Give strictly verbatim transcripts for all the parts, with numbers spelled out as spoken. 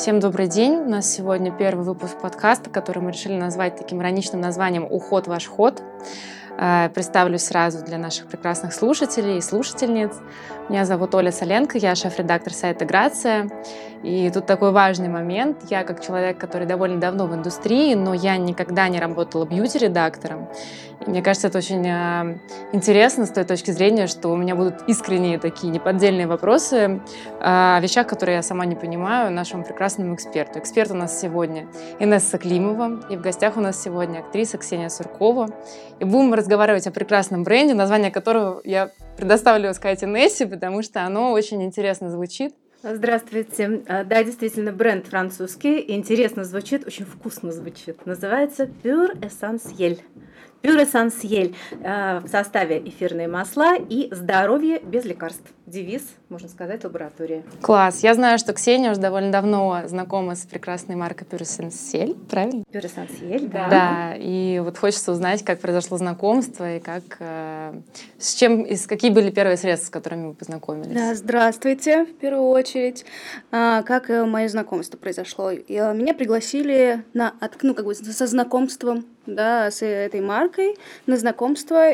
Всем добрый день. У нас сегодня первый выпуск подкаста, который мы решили назвать таким ироничным названием «Уход ваш ход». Представлюсь сразу для наших прекрасных слушателей и слушательниц. Меня зовут Оля Соленко, я шеф-редактор сайта «Грация». И тут такой важный момент. Я как человек, который довольно давно в индустрии, но я никогда не работала бьюти-редактором. И мне кажется, это очень э, интересно с той точки зрения, что у меня будут искренние такие неподдельные вопросы э, о вещах, которые я сама не понимаю, нашему прекрасному эксперту. Эксперт у нас сегодня Инесса Климова, и в гостях у нас сегодня актриса Ксения Суркова. И будем разговаривать о прекрасном бренде, название которого я предоставлю сказать Инессе, потому что оно очень интересно звучит. Здравствуйте. Да, действительно, бренд французский, интересно звучит, очень вкусно звучит. Называется Pur Essentiel. Pur Essentiel. В составе эфирные масла и здоровье без лекарств. Девиз, можно сказать, лаборатории. Класс. Я знаю, что Ксения уже довольно давно знакома с прекрасной маркой Pur Essentiel, правильно? Pur Essentiel, да. Да, и вот хочется узнать, как произошло знакомство и как, э, с чем, и с какие были первые средства, с которыми вы познакомились. Да, здравствуйте, в первую очередь. А, как мое знакомство произошло? Я, меня пригласили на, ну, как бы со знакомством, да, с этой маркой на знакомство,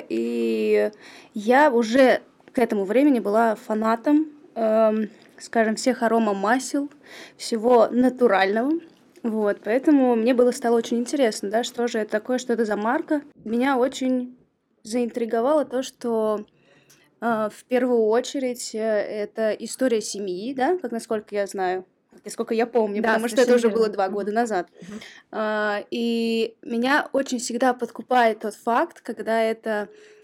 и я уже к этому времени была фанатом, эм, скажем, всех аромамасел, всего натурального. Вот, поэтому мне было стало очень интересно, да, что же это такое, что это за марка. Меня очень заинтриговало то, что э, в первую очередь э, это история семьи, да, как насколько я знаю, насколько я помню, Да, потому что это уже верно. было два года назад. Мгм. А, и меня очень всегда подкупает тот факт, когда это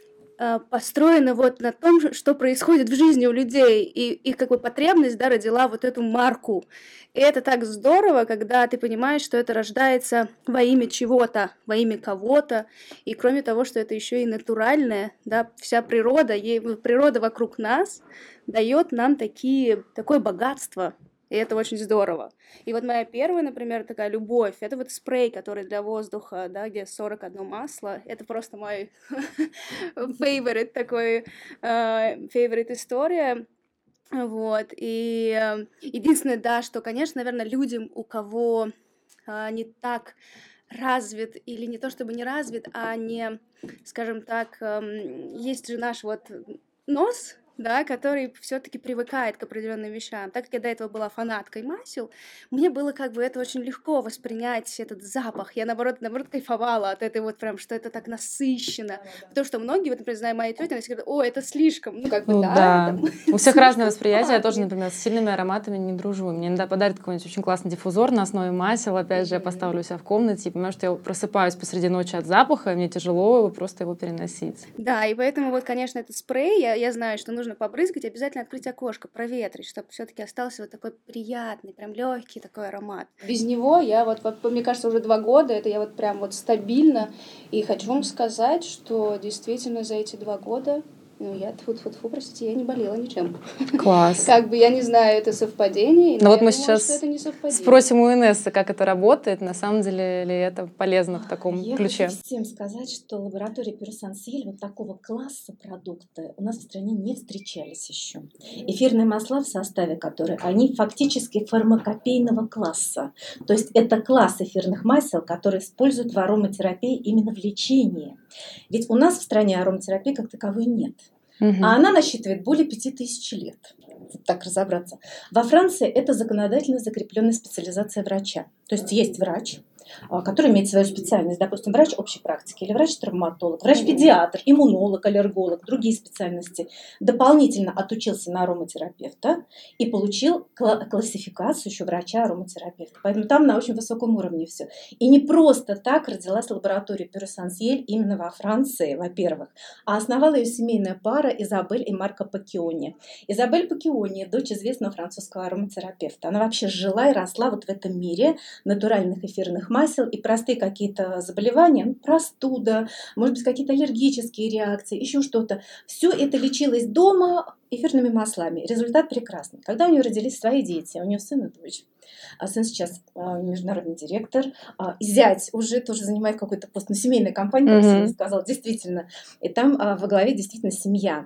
а, построено вот на том, что происходит в жизни у людей, и их как бы потребность, да, родила вот эту марку. И это так здорово, когда ты понимаешь, что это рождается во имя чего-то, во имя кого-то, и кроме того, что это еще и натуральное, да, вся природа, ей, природа вокруг нас дает нам такие, такое богатство. И это очень здорово. И вот моя первая, например, такая любовь, это вот спрей, который для воздуха, да, где сорок одно масло. Это просто мой favorite такой, э, favorite история. Вот. И э, единственное, да, что, конечно, наверное, людям, у кого э, не так развит, или не то чтобы не развит, а не, скажем так, эм, есть же наш вот нос, да, который все-таки привыкает к определенным вещам. Так как я до этого была фанаткой масел, мне было как бы это очень легко воспринять этот запах. Я, наоборот, наоборот кайфовала от этой вот прям, что это так насыщенно. Потому что многие, вот, например, знаю, мои тети, они говорят, о, это слишком. Ну, как бы, Ну да. да. Там, У всех разное восприятие. Я да, тоже, например, с сильными ароматами не дружу. Мне иногда подарят какой-нибудь очень классный диффузор на основе масел. Опять же, я поставлю у себя в комнате и понимаю, что я просыпаюсь посреди ночи от запаха, и мне тяжело просто его переносить. Да, и поэтому вот, конечно, этот спрей, я, я знаю, что нужно побрызгать, обязательно открыть окошко, проветрить, чтобы все-таки остался вот такой приятный, прям легкий такой аромат. Без него я вот, вот, мне кажется, уже два года, это я вот прям вот стабильно, и хочу вам сказать, что действительно за эти два года, ну, я, тьфу-тьфу-тьфу, простите, я не болела ничем. Класс. Как бы, я не знаю, это совпадение. Ну вот мы думаю, сейчас что это не совпадение. спросим у Инессы, как это работает, на самом деле ли это полезно в таком Я ключе. хочу всем сказать, что лаборатория Pur Essentiel вот такого класса продукта у нас в стране не встречались еще. Эфирные масла в составе которых, они фактически фармакопейного класса. То есть это класс эфирных масел, которые используют в ароматерапии именно в лечении. Ведь у нас в стране ароматерапии как таковой нет. Мгм. А она насчитывает более пяти тысяч лет. Вот так разобраться. Во Франции это законодательно закрепленная специализация врача. То есть есть врач, который имеет свою специальность, допустим, врач общей практики или врач-травматолог, врач-педиатр, иммунолог, аллерголог, другие специальности, дополнительно отучился на ароматерапевта и получил классификацию еще врача-ароматерапевта. Поэтому там на очень высоком уровне все. И не просто так родилась лаборатория Pur Essentiel именно во Франции, во-первых, а основала ее семейная пара Изабель и Марко Паккиони. Изабель Паккиони, дочь известного французского ароматерапевта. Она вообще жила и росла вот в этом мире натуральных эфирных масел, и простые какие-то заболевания, ну, простуда, может быть, какие-то аллергические реакции, еще что-то. Все это лечилось дома эфирными маслами. Результат прекрасный. Когда у нее родились свои дети, у нее сын и дочь. А сын сейчас а, международный директор, а, зять уже тоже занимает какой-то пост, ну, семейная компания, как Мгм. Сергей сказал, действительно. И там а, во главе действительно семья.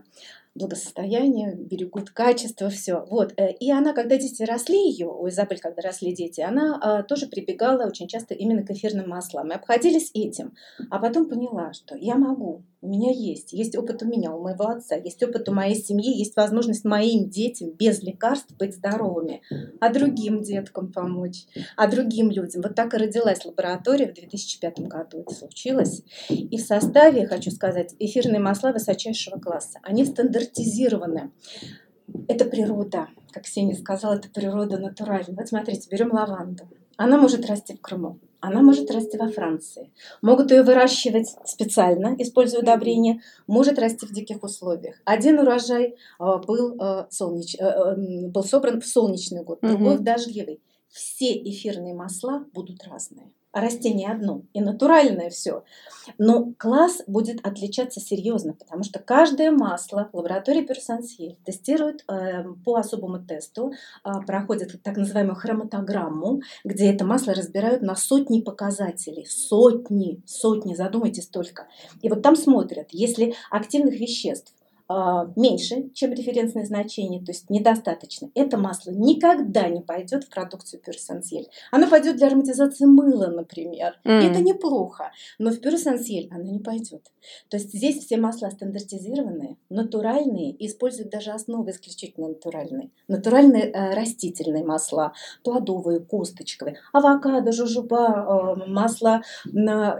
благосостояние, берегут качество, все. Вот. И она, когда дети росли ее, у Изабель, когда росли дети, она а, тоже прибегала очень часто именно к эфирным маслам. Мы обходились этим. А потом поняла, что я могу, у меня есть. Есть опыт у меня, у моего отца, есть опыт у моей семьи, есть возможность моим детям без лекарств быть здоровыми, а другим деткам помочь, а другим людям. Вот так и родилась лаборатория в две тысячи пятом году. Это случилось. И в составе, хочу сказать, эфирные масла высочайшего класса. Они стандартизированы. Это природа. Как Ксения сказала, это природа натуральная. Вот смотрите, берем лаванду. Она может расти в Крыму. Она может расти во Франции. Могут ее выращивать специально, используя удобрения. Может расти в диких условиях. Один урожай был, солнеч... был собран в солнечный год, другой в дождливый. Все эфирные масла будут разные. А растение одно. И натуральное все. Но класс будет отличаться серьезно, потому что каждое масло в лаборатории Pur Essentiel тестирует э, по особому тесту, э, проходит так называемую хроматограмму, где это масло разбирают на сотни показателей. Сотни, сотни, задумайтесь только. И вот там смотрят, если активных веществ меньше, чем референсное значение, то есть недостаточно, это масло никогда не пойдет в продукцию Pur Essentiel. Оно пойдет для ароматизации мыла, например. Mm. И это неплохо, но в Pur Essentiel оно не пойдет. То есть здесь все масла стандартизированные, натуральные, и используют даже основы исключительно натуральные. Натуральные э, растительные масла, плодовые, косточковые, авокадо, жожоба, э, масло э,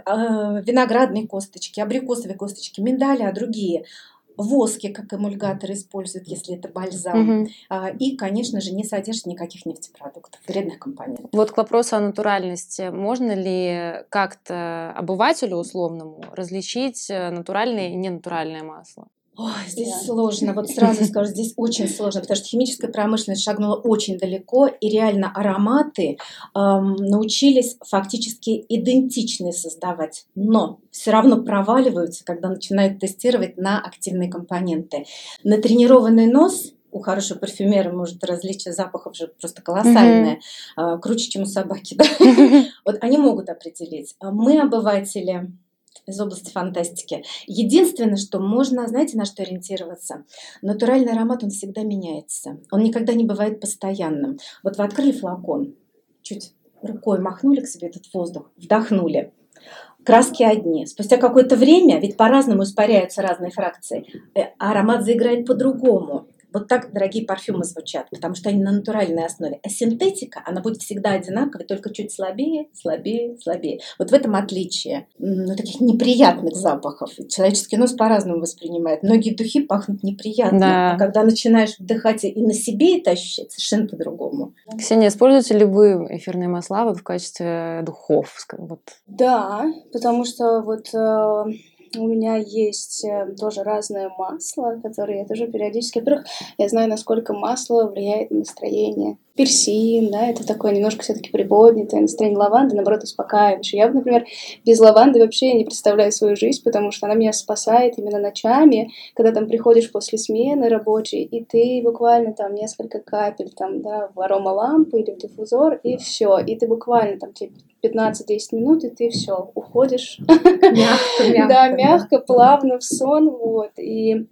э, виноградные косточки, абрикосовые косточки, миндаля, а другие. Воски, как эмульгатор используют, если это бальзам. Uh-huh. И, конечно же, не содержит никаких нефтепродуктов, вредных компонентов. Вот к вопросу о натуральности. Можно ли как-то обывателю условному различить натуральное и ненатуральное масло? Ой, здесь yeah. сложно, вот сразу скажу, здесь очень сложно, потому что химическая промышленность шагнула очень далеко, и реально ароматы эм, научились фактически идентичные создавать, но все равно проваливаются, когда начинают тестировать на активные компоненты. Натренированный нос у хорошего парфюмера может различие запахов же просто колоссальное, mm-hmm. э, круче, чем у собаки. Да? Вот они могут определить. Мы, обыватели, из области фантастики. Единственное, что можно, знаете, на что ориентироваться? Натуральный аромат, он всегда меняется. Он никогда не бывает постоянным. Вот вы открыли флакон, чуть рукой махнули к себе этот воздух, вдохнули. Краски одни. Спустя какое-то время, ведь по-разному испаряются разные фракции, аромат заиграет по-другому. Вот так дорогие парфюмы звучат, потому что они на натуральной основе. А синтетика, она будет всегда одинаковой, только чуть слабее, слабее, слабее. Вот в этом отличие, ну, таких неприятных запахов. Человеческий нос по-разному воспринимает. Многие духи пахнут неприятно. Да. А когда начинаешь вдыхать и на себе это ощущать, совершенно по-другому. Ксения, используете ли вы эфирные масла вот в качестве духов? Вот. Да, потому что вот... Э... У меня есть тоже разное масло, которое я тоже периодически... Во-первых, я знаю, насколько масло влияет на настроение. Персин, да, это такое немножко все-таки приподнятое настроение. Лаванды, наоборот, успокаивающее. Я, например, без лаванды вообще не представляю свою жизнь, потому что она меня спасает именно ночами, когда там приходишь после смены рабочей, и ты буквально там несколько капель там, да, в аромалампу или в диффузор, и все. И ты буквально там тебе пятнадцать-десять минут, и ты все, уходишь. Мягко, мягко. Да, мягко, плавно в сон, вот. И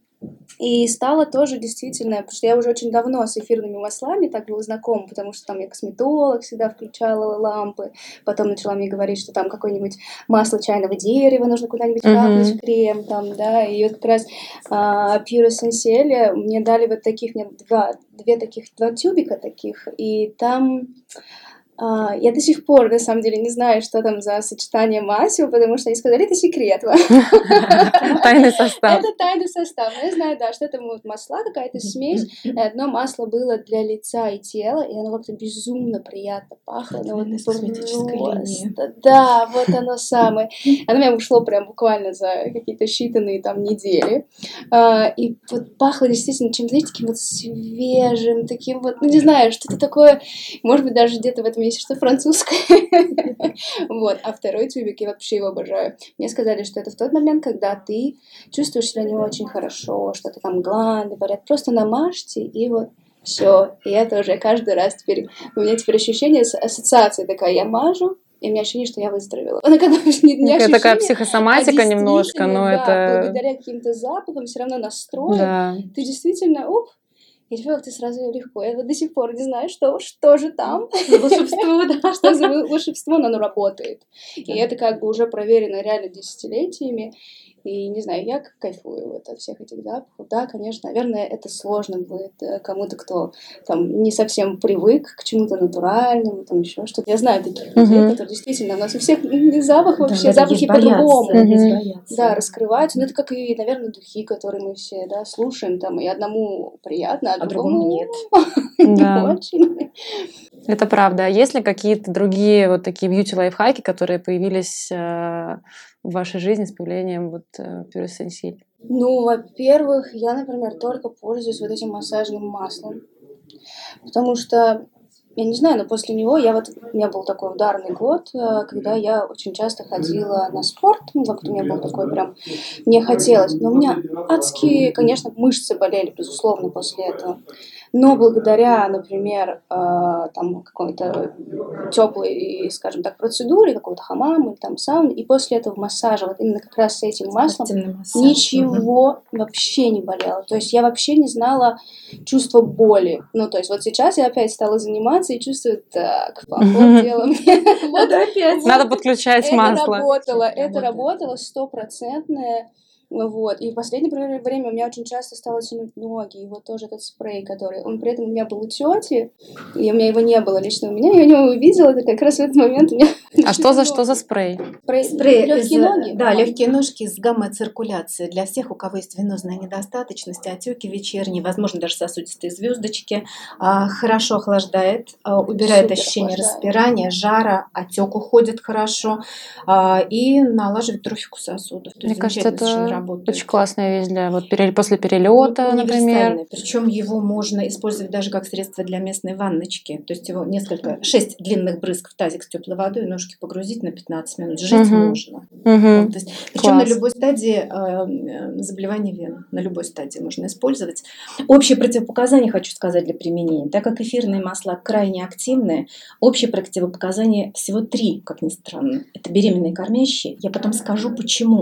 И стало тоже действительно, потому что я уже очень давно с эфирными маслами так была знакома, потому что там я косметолог всегда включала лампы, потом начала мне говорить, что там какое-нибудь масло чайного дерева нужно куда-нибудь капнуть, uh-huh. крем там, да, и вот как раз а, Pur Essentiel мне дали вот таких, мне два, две таких, два тюбика таких, и там... Uh, я до сих пор, на самом деле, не знаю, что там за сочетание масел, потому что они сказали, это секрет. Тайный состав. Это тайный состав. Но я знаю, да, что это масла, какая-то смесь. Одно масло было для лица и тела, и оно как-то безумно приятно пахло. Вот косметической линии. Да, вот оно самое. Оно меня ушло прям буквально за какие-то считанные там недели. Uh, и вот пахло действительно чем-то, знаете, таким вот свежим, таким вот, ну не знаю, что-то такое, может быть, даже где-то в этом есть что французское. Вот. А второй тюбик, я вообще его обожаю. Мне сказали, что это в тот момент, когда ты чувствуешь себя не очень хорошо, что-то там гланды болят. Просто намажьте, и вот все. И я тоже каждый раз теперь... У меня теперь ощущение, ассоциация такая. Я мажу, и у меня ощущение, что я выздоровела. Она когда не, не Это такая ощущение, психосоматика а немножко, но действительно, да, это... благодаря каким-то запахам все равно настроен. Да. Ты действительно, оп, и теперь ты сразу легко. Я до сих пор не знаю, что, что же там. Волшебство, да. Что за волшебство, но оно работает. И это как бы уже проверено реально десятилетиями. И, не знаю, я кайфую вот от всех этих запахов. Да, конечно, наверное, это сложно будет кому-то, кто там не совсем привык к чему-то натуральному, там еще что-то. Я знаю таких людей, Мгм. которые действительно, у нас у всех не запах вообще, Да, да, запахи есть боятся, по-другому. есть Мгм. боятся. Да, раскрываются. Ну, это как и, наверное, духи, которые мы все, да, слушаем, там, и одному приятно, а, А другому нет. не Да. очень. Это правда. А есть ли какие-то другие вот такие бьюти-лайфхаки, которые появились э, в вашей жизни с появлением вот э, Pure Essentiel? Ну, во-первых, я, например, только пользуюсь вот этим массажным маслом, потому что, я не знаю, но после него я вот, у меня был такой ударный год, э, когда я очень часто ходила на спорт, ну, как-то у меня был такой прям, мне хотелось, но у меня адские, конечно, мышцы болели, безусловно, после этого. Но благодаря, например, э, там какой-то теплой, скажем так, процедуре, какой-то хамам или там сауны, и после этого массажа, вот именно как раз с этим маслом, Спортивный массаж. ничего вообще не болело. То есть я вообще не знала чувства боли. Ну, то есть вот сейчас я опять стала заниматься и чувствую, так, похолодело мне. Вот опять. Надо подключать Это масло. работало, это Работает. работало стопроцентное. Вот. И в последнее время у меня очень часто стало тянуть ноги. И вот тоже этот спрей, который... Он при этом у меня был у тети, и у меня его не было лично у меня. Я его увидела, это как раз в этот момент у меня... А что за что за спрей? Спрей, Спрей легкие из- ноги? Да, А. легкие ножки с гамма-циркуляцией. Для всех, у кого есть венозная недостаточность, отеки вечерние, возможно, даже сосудистые звездочки, а, хорошо охлаждает, а, убирает Супер ощущение охлаждает. распирания, жара, отек уходит хорошо а, и налаживает трофику сосудов. То Мне есть кажется, замечательно совершенно это работает. очень классная вещь для вот пере- после перелета, например. Причем его можно использовать даже как средство для местной ванночки. То есть его несколько, шесть длинных брызг в тазик с теплой водой, ножки погрузить на пятнадцать минут. Жить Мгм. можно. Мгм. Вот, то есть, причем на Класс. любой стадии э, э, заболевания вен, на любой стадии можно использовать. Общие противопоказания хочу сказать для применения. Так как эфирные масла крайне активные, общие противопоказания всего три, как ни странно. Это беременные кормящие. Я потом скажу, почему.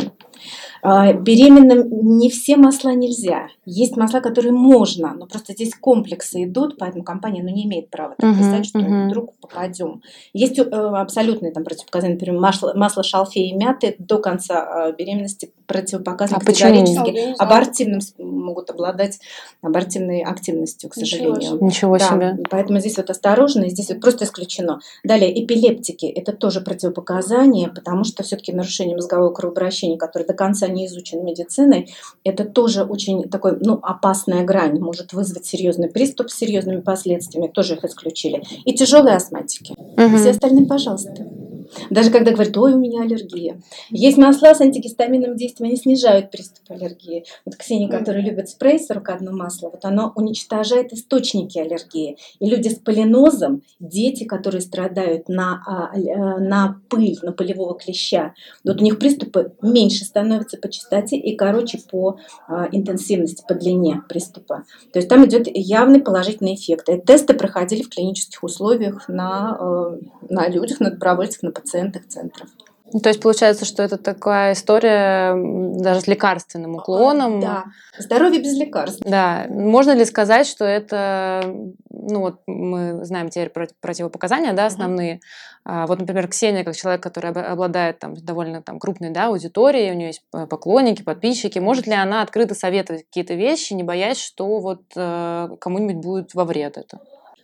А, Беременным не все масла нельзя. Есть масла, которые можно, но просто здесь комплексы идут, поэтому компания ну, не имеет права так Мгм, писать, что мгм. вдруг попадем. Есть э, абсолютные там противопоказания, например, масло, масло шалфея и мяты до конца э, беременности противопоказаны А почему? О, категорически. я не знала. Абортивным с- могут обладать абортивной активностью, к Ничего сожалению. себе. Ничего Да, себе. поэтому здесь вот осторожно, и здесь вот просто исключено. Далее, эпилептики – это тоже противопоказание, потому что все-таки нарушение мозгового кровообращения, которое до конца не изучено медициной, это тоже очень такой, ну, опасная грань, может вызвать серьезный приступ с серьезными последствиями, тоже их исключили. И тяжелые астматики. Мгм. Все остальные, пожалуйста. Даже когда говорят, ой, у меня аллергия. Есть масла с антигистаминным действием, они снижают приступ аллергии. Вот Ксения, которая любит спрей сорок одно масло, вот оно уничтожает источники аллергии. И люди с полинозом, дети, которые страдают на, а, э, на пыль, на пылевого клеща, вот у них приступы меньше становятся по частоте и короче по а, интенсивности, по длине приступа. То есть там идет явный положительный эффект. И тесты проходили в клинических условиях на, э, на людях, на добровольцах, на пациентах центров. Ну, то есть получается, что это такая история м, даже с лекарственным уклоном. Да, здоровье без лекарств. Да. Можно ли сказать, что это, ну вот мы знаем теперь про- противопоказания, да, основные. А, вот, например, Ксения, как человек, который об- обладает там довольно там крупной, да, аудиторией, у нее есть п- поклонники, подписчики, может ли она открыто советовать какие-то вещи, не боясь, что вот э, кому-нибудь будет во вред это?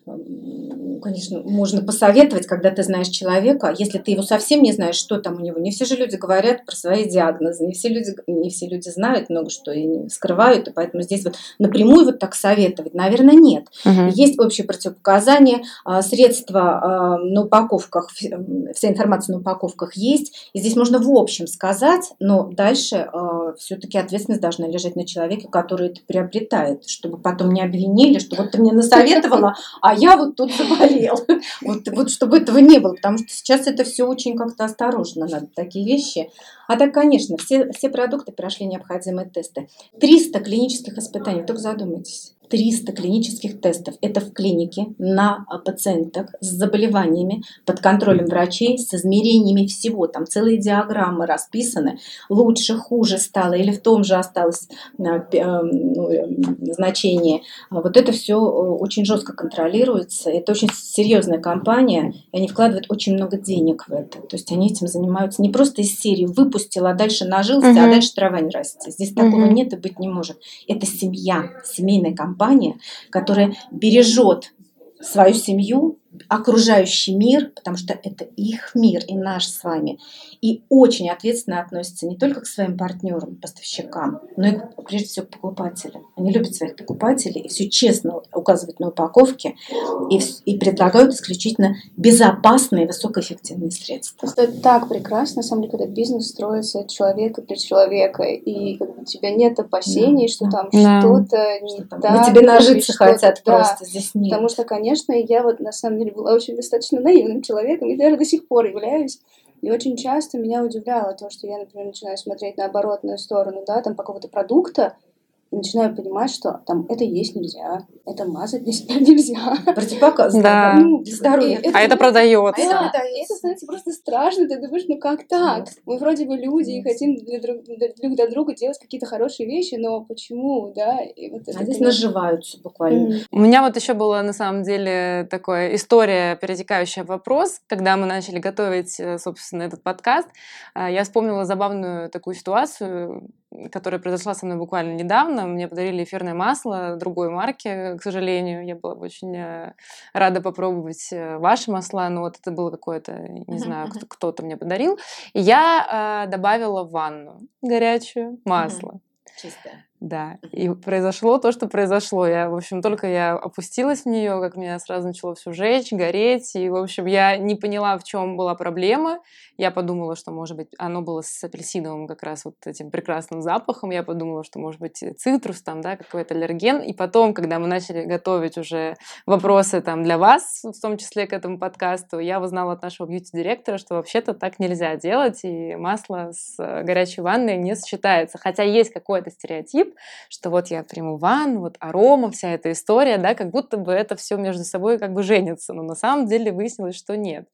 Конечно, можно посоветовать, когда ты знаешь человека. Если ты его совсем не знаешь, что там у него. Не все же люди говорят про свои диагнозы. Не все люди, не все люди знают много что и не скрывают. И поэтому здесь вот напрямую вот так советовать, наверное, нет. Мгм. Есть общие противопоказания, а, средства а, на упаковках, ф- вся информация на упаковках есть. И здесь можно в общем сказать, но дальше все-таки ответственность должна лежать на человеке, который это приобретает, чтобы потом не обвинили, что вот ты мне насоветовала, а я вот тут заболел. Вот, вот чтобы этого не было, потому что сейчас это все очень как-то осторожно надо, такие вещи. А так, конечно, все, все продукты прошли необходимые тесты. триста клинических испытаний, только задумайтесь. триста клинических тестов. Это в клинике на пациентах с заболеваниями под контролем врачей, с измерениями всего. Там целые диаграммы расписаны. Лучше, хуже стало или в том же осталось значение. Вот это все очень жестко контролируется. Это очень серьезная компания, и они вкладывают очень много денег в это. То есть они этим занимаются не просто из серии выпустил, а дальше нажился, uh-huh. а дальше трава не растет. Здесь uh-huh. такого нет и быть не может. Это семья, семейная компания, которая бережет свою семью, окружающий мир, потому что это их мир и наш с вами. И очень ответственно относятся не только к своим партнерам, поставщикам, но и прежде всего к покупателям. Они любят своих покупателей и все честно указывают на упаковке и, и предлагают исключительно безопасные, высокоэффективные средства. Это так прекрасно, на самом деле, когда бизнес строится от человека для человека, и как бы, у тебя нет опасений, да, что там да. что-то не что так. На тебе нажиться хотят да. просто, здесь нет. Потому что, конечно, я вот на самом деле была очень достаточно наивным человеком, и даже до сих пор являюсь. И очень часто меня удивляло то, что я, например, начинаю смотреть на оборотную сторону, да, там какого-то продукта, и начинаю понимать, что там это есть нельзя, это мазать для себя нельзя. Противопоказано. Да. Ну, для здоровья. А это продается. Да, это становится просто страшно. Ты думаешь, ну как так? Мы вроде бы люди и хотим для друг, друг для друга делать какие-то хорошие вещи, но почему, да? И вот это, а здесь конечно... наживаются буквально. Mm-hmm. У меня вот еще была на самом деле такая история, перетекающая в вопрос, когда мы начали готовить, собственно, этот подкаст. Я вспомнила забавную такую ситуацию, которая произошла со мной буквально недавно. Мне подарили эфирное масло другой марки, к сожалению. Я была бы очень рада попробовать ваши масла, но вот это было какое-то, не знаю, uh-huh. кто-то мне подарил. И я э, добавила в ванну горячую масло. Uh-huh. Чистое. Да, и произошло то, что произошло. Я, в общем, только я опустилась в нее, как меня сразу начало все жечь, гореть. И, в общем, я не поняла, в чем была проблема. Я подумала, что, может быть, оно было с апельсиновым как раз вот этим прекрасным запахом. Я подумала, что, может быть, цитрус там, да, какой-то аллерген. И потом, когда мы начали готовить уже вопросы там для вас, в том числе к этому подкасту, я узнала от нашего бьюти-директора, что вообще-то так нельзя делать, и масло с горячей ванной не сочетается. Хотя есть какой-то стереотип, что вот я приму ванну, вот арома, вся эта история, да, как будто бы это все между собой как бы женится, но на самом деле выяснилось, что нет.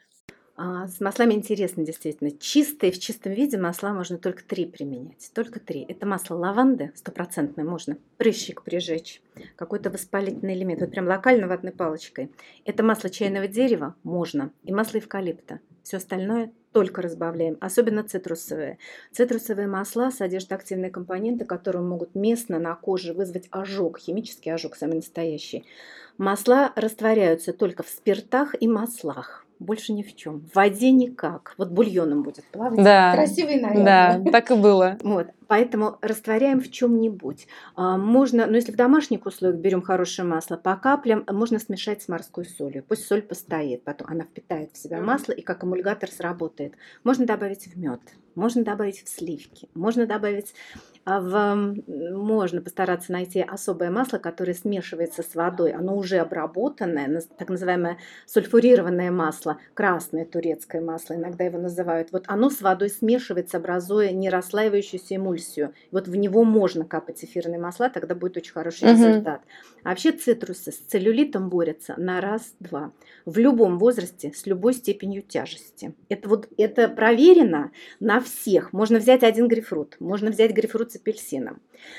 А, с маслами интересно, действительно. Чистые, в чистом виде масла можно только три применять. Только три. Это масло лаванды, стопроцентное, можно прыщик прижечь, какой-то воспалительный элемент, вот прям локально ватной палочкой. Это масло чайного дерева, можно, и масло эвкалипта. Все остальное только разбавляем, особенно цитрусовые. Цитрусовые масла содержат активные компоненты, которые могут местно на коже вызвать ожог, химический ожог, самый настоящий. Масла растворяются только в спиртах и маслах. Больше ни в чем. В воде никак. Вот бульоном будет плавать. Да. Красивый наряд. Да, так и было. Вот. Поэтому растворяем в чем-нибудь. А, можно, ну если в домашних условиях берем хорошее масло, по каплям можно смешать с морской солью. Пусть соль постоит, потом она впитает в себя масло и как эмульгатор сработает. Можно добавить в мед, можно добавить в сливки, можно добавить в... Можно постараться найти особое масло, которое смешивается с водой. Оно уже обработанное, так называемое сульфурированное масло, красное турецкое масло, иногда его называют. Вот оно с водой смешивается, образуя нерасслаивающуюся эмульсию. Вот в него можно капать эфирные масла, тогда будет очень хороший uh-huh. результат. А вообще цитрусы с целлюлитом борются на раз-два. В любом возрасте, с любой степенью тяжести. Это, вот, это проверено на всех. Можно взять один грейпфрут, можно взять грейпфрут с апельсином.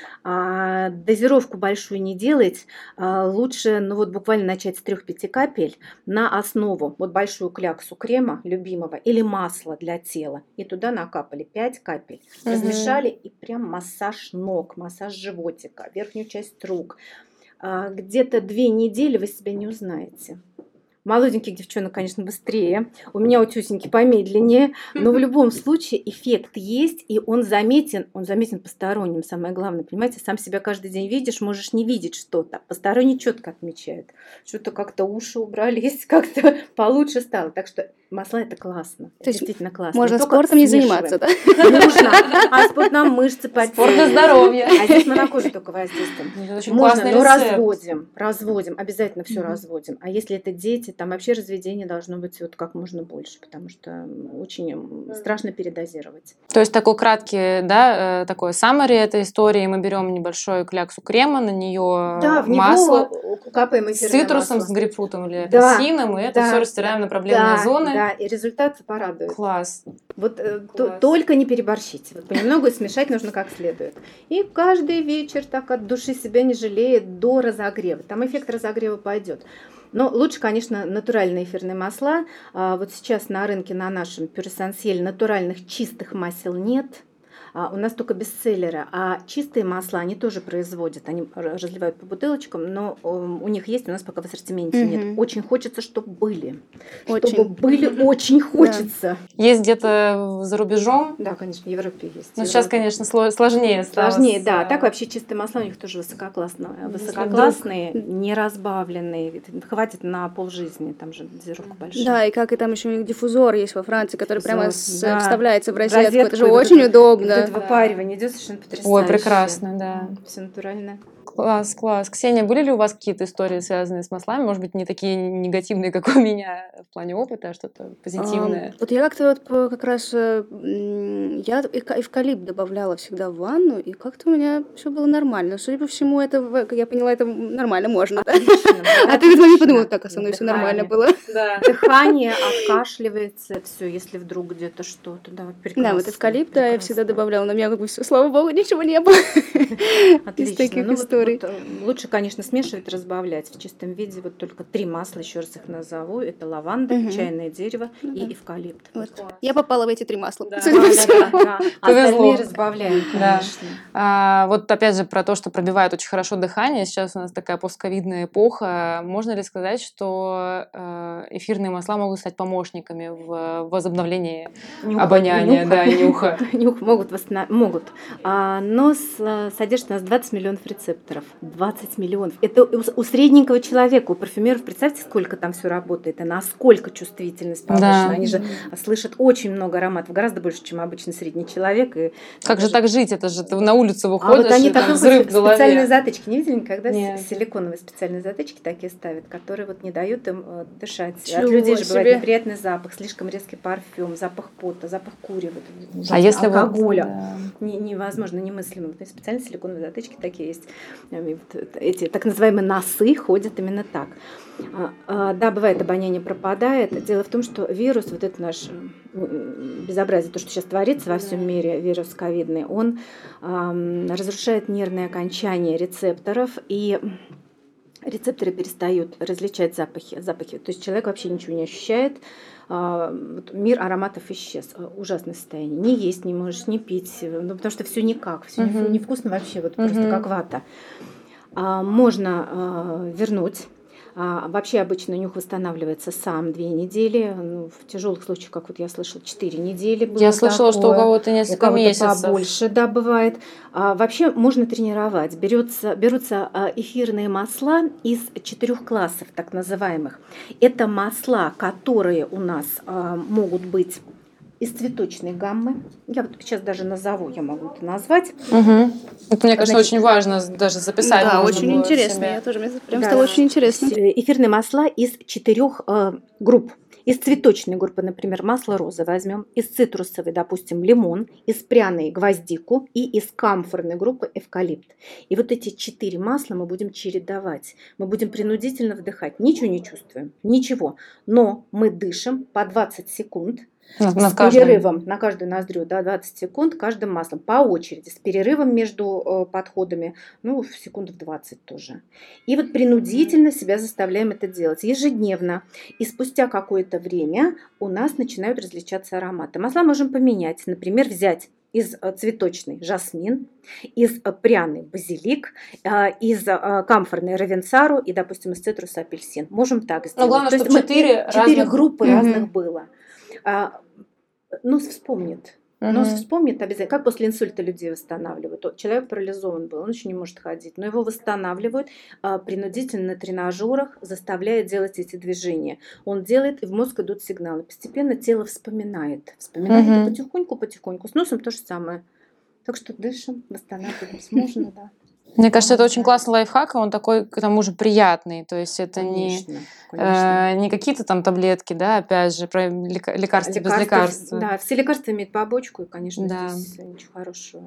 А, дозировку большую не делать. А, лучше ну, вот, буквально начать с трех-пяти капель на основу. Вот большую кляксу крема любимого или масла для тела. И туда накапали пять капель. Uh-huh. Размешали и прям массаж ног, массаж животика, верхнюю часть рук. А, где-то две недели вы себя не узнаете. Молоденьких девчонок, конечно, быстрее. У меня утюсеньки помедленнее. Но в любом случае эффект есть, и он заметен. Он заметен посторонним, самое главное. Понимаете, сам себя каждый день видишь, можешь не видеть что-то. Посторонний четко отмечает. Что-то как-то уши убрались, как-то получше стало. Так что Масла это классно. То есть действительно классно. можно Не только спортом не смешиваем. заниматься, да? Нужно. А спорт нам мышцы Спорт на подтянет. здоровье. А здесь мы на кожу только воздействуем. Это очень Можно, классный но рецепт. разводим, разводим, обязательно все Мгм. разводим. А если это дети, там вообще разведение должно быть вот как можно больше, потому что очень м, страшно передозировать. То есть такой краткий, да, э, такой summary этой истории. Мы берем небольшую кляксу крема, на нее Да, в масло него капаем с эфирное цитрусом, масло. с грейпфрутом или Да, апельсином, и это да, все растираем на проблемные Да, зоны. да, и результат порадует. Класс. Вот э, то- Класс. только не переборщите. Вот понемногу смешать нужно как следует. И каждый вечер так от души себя не жалеет до разогрева. Там эффект разогрева пойдет. Но лучше, конечно, натуральные эфирные масла. А, вот сейчас на рынке на нашем Pure Essentiel натуральных чистых масел нет. А, у нас только бестселлеры, а чистые масла они тоже производят, они р- разливают по бутылочкам, но м, у них есть, у нас пока в ассортименте Мгм. нет. Очень хочется, чтобы были. Очень. Чтобы были, очень хочется. Есть где-то за рубежом, Да, конечно, в Европе есть. но В сейчас, Европе. конечно, сло- сложнее стало. Сложнее, с, да. э, Так вообще чистые масла у них тоже высококлассные. Если Высококлассные, не разбавленные. Хватит на полжизни, там же дозировка большая. Да, и как и там еще у них диффузор есть во Франции, который прямо Диффузор, с- да. вставляется в В розетку. Это розетку, же и вот очень это- Вот удобно. это выпаривание идет совершенно потрясающе. Ой, прекрасно, да. Все натуральное. Класс, класс. Ксения, были ли у вас какие-то истории, связанные с маслами? Может быть, не такие негативные, как у меня в плане опыта, а что-то позитивное? Ам, Вот я как-то вот по- как раз э, м, я эвка- эвкалипт добавляла всегда в ванну, и как-то у меня все было нормально. Судя по всему, это, в- как я поняла, это нормально можно. да? А ты, видимо, не подумала, так, а со мной все нормально было. Да. Дыхание, откашливается, все, если вдруг где-то что-то, да, прекрасно. Да, вот эвкалипт, да, я прекрасно. всегда добавляла, но у меня как бы все, слава богу, ничего не было. Отлично. Из таких Ну, вот- историй. вот, э, лучше, конечно, смешивать, разбавлять. В чистом виде вот только три масла, еще раз их назову. Это лаванда, Мгм. чайное дерево Ну и да. эвкалипт. Вот. Я попала в эти три масла. Да. судя по Да, да, всему. да, да. А Повезло. остальные разбавляем, Да. конечно. А, вот опять же про то, что пробивает очень хорошо дыхание. Сейчас у нас такая постковидная эпоха. Можно ли сказать, что э, эфирные масла могут стать помощниками в возобновлении Нюха, обоняния, нюха. да, и нюха? Нюх могут восстанов- могут. А, но с- содержит у нас двадцать миллионов рецепторов. двадцать миллионов. Это у, у средненького человека, у парфюмеров, представьте, сколько там все работает, и насколько чувствительность повышена. Да. Они же слышат очень много ароматов, гораздо больше, чем обычный средний человек. И Как же даже- так жить? Это же ты на улицу А выходишь, вот они и там такие взрыв в голове. специальные затычки не видели никогда? Нет. С- Силиконовые специальные затычки такие ставят, которые вот не дают им э, дышать. От Чего людей же бывает себе. неприятный запах, слишком резкий парфюм, запах пота, запах курева, вот, А ужасно, если вот, алкоголя. да. Не- невозможно, немыслимо. Вот специальные силиконовые затычки такие есть. И вот это- эти так называемые носы ходят именно так. А, а, Да, бывает, обоняние пропадает. Дело в том, что вирус, вот это наш м, безобразие, то, что сейчас творится во всем мире, вирус ковидный, он ам, разрушает нервные окончания рецепторов, и рецепторы перестают различать запахи. запахи. То есть человек вообще ничего не ощущает. А, вот мир ароматов исчез. А, Ужасное состояние. Не есть не можешь, не пить, ну, потому что все никак, все Мгм. невкусно вообще, вот просто Мгм. как вата. А, Можно а, вернуть. А, Вообще обычно нюх восстанавливается сам две недели. Ну, в тяжелых случаях, как вот я слышала, четыре недели. было Я слышала, что у такое. кого-то У несколько кого-то месяцев. побольше, да, бывает. А, вообще можно тренировать. Берется, берутся а, эфирные масла из четырех классов, так называемых. Это масла, которые у нас а, могут быть из цветочной гаммы. Я вот сейчас даже назову, я могу это назвать. Мгм. Это, мне кажется, Значит, очень важно даже записать. Да, можно очень было интересно. себе. Я тоже, мне прям Да. стало очень интересно. Э, Эфирные масла из четырех э, групп. Из цветочной группы, например, масло розы возьмем, из цитрусовой, допустим, лимон, из пряной гвоздику и из камфорной группы эвкалипт. И вот эти четыре масла мы будем чередовать. Мы будем принудительно вдыхать. Ничего не чувствуем, ничего. Но мы дышим по двадцать секунд. Над- С над каждым. перерывом на каждую ноздрю, да, двадцать секунд каждым маслом по очереди, с перерывом между э, подходами, ну, в секунд в двадцать тоже. И вот принудительно себя заставляем это делать ежедневно. И спустя какое-то время у нас начинают различаться ароматы. Масла можем поменять, например, взять из э, цветочной жасмин, из э, пряной базилик, э, из э, камфорной ровенцару и, допустим, из цитруса апельсин. Можем так сделать. главное, То есть чтобы мы- четыре четыре разных- группы Мгм. разных было. А, нос вспомнит. Нос вспомнит обязательно. Как после инсульта людей восстанавливают. Вот человек парализован был, он еще не может ходить, но его восстанавливают а, принудительно на тренажерах, заставляют делать эти движения. Он делает, и в мозг идут сигналы. Постепенно тело вспоминает. Вспоминает Мгм. и потихоньку-потихоньку. С носом то же самое. Так что дышим, восстанавливаемся. Можно, да. Мне кажется, это очень классный лайфхак, и он такой, к тому же, приятный. То есть это не, Конечно, конечно. э, не какие-то там таблетки, да, опять же, про лека- лекарства без лекарства. Да, все лекарства имеют побочку, и, конечно, Да. здесь ничего хорошего.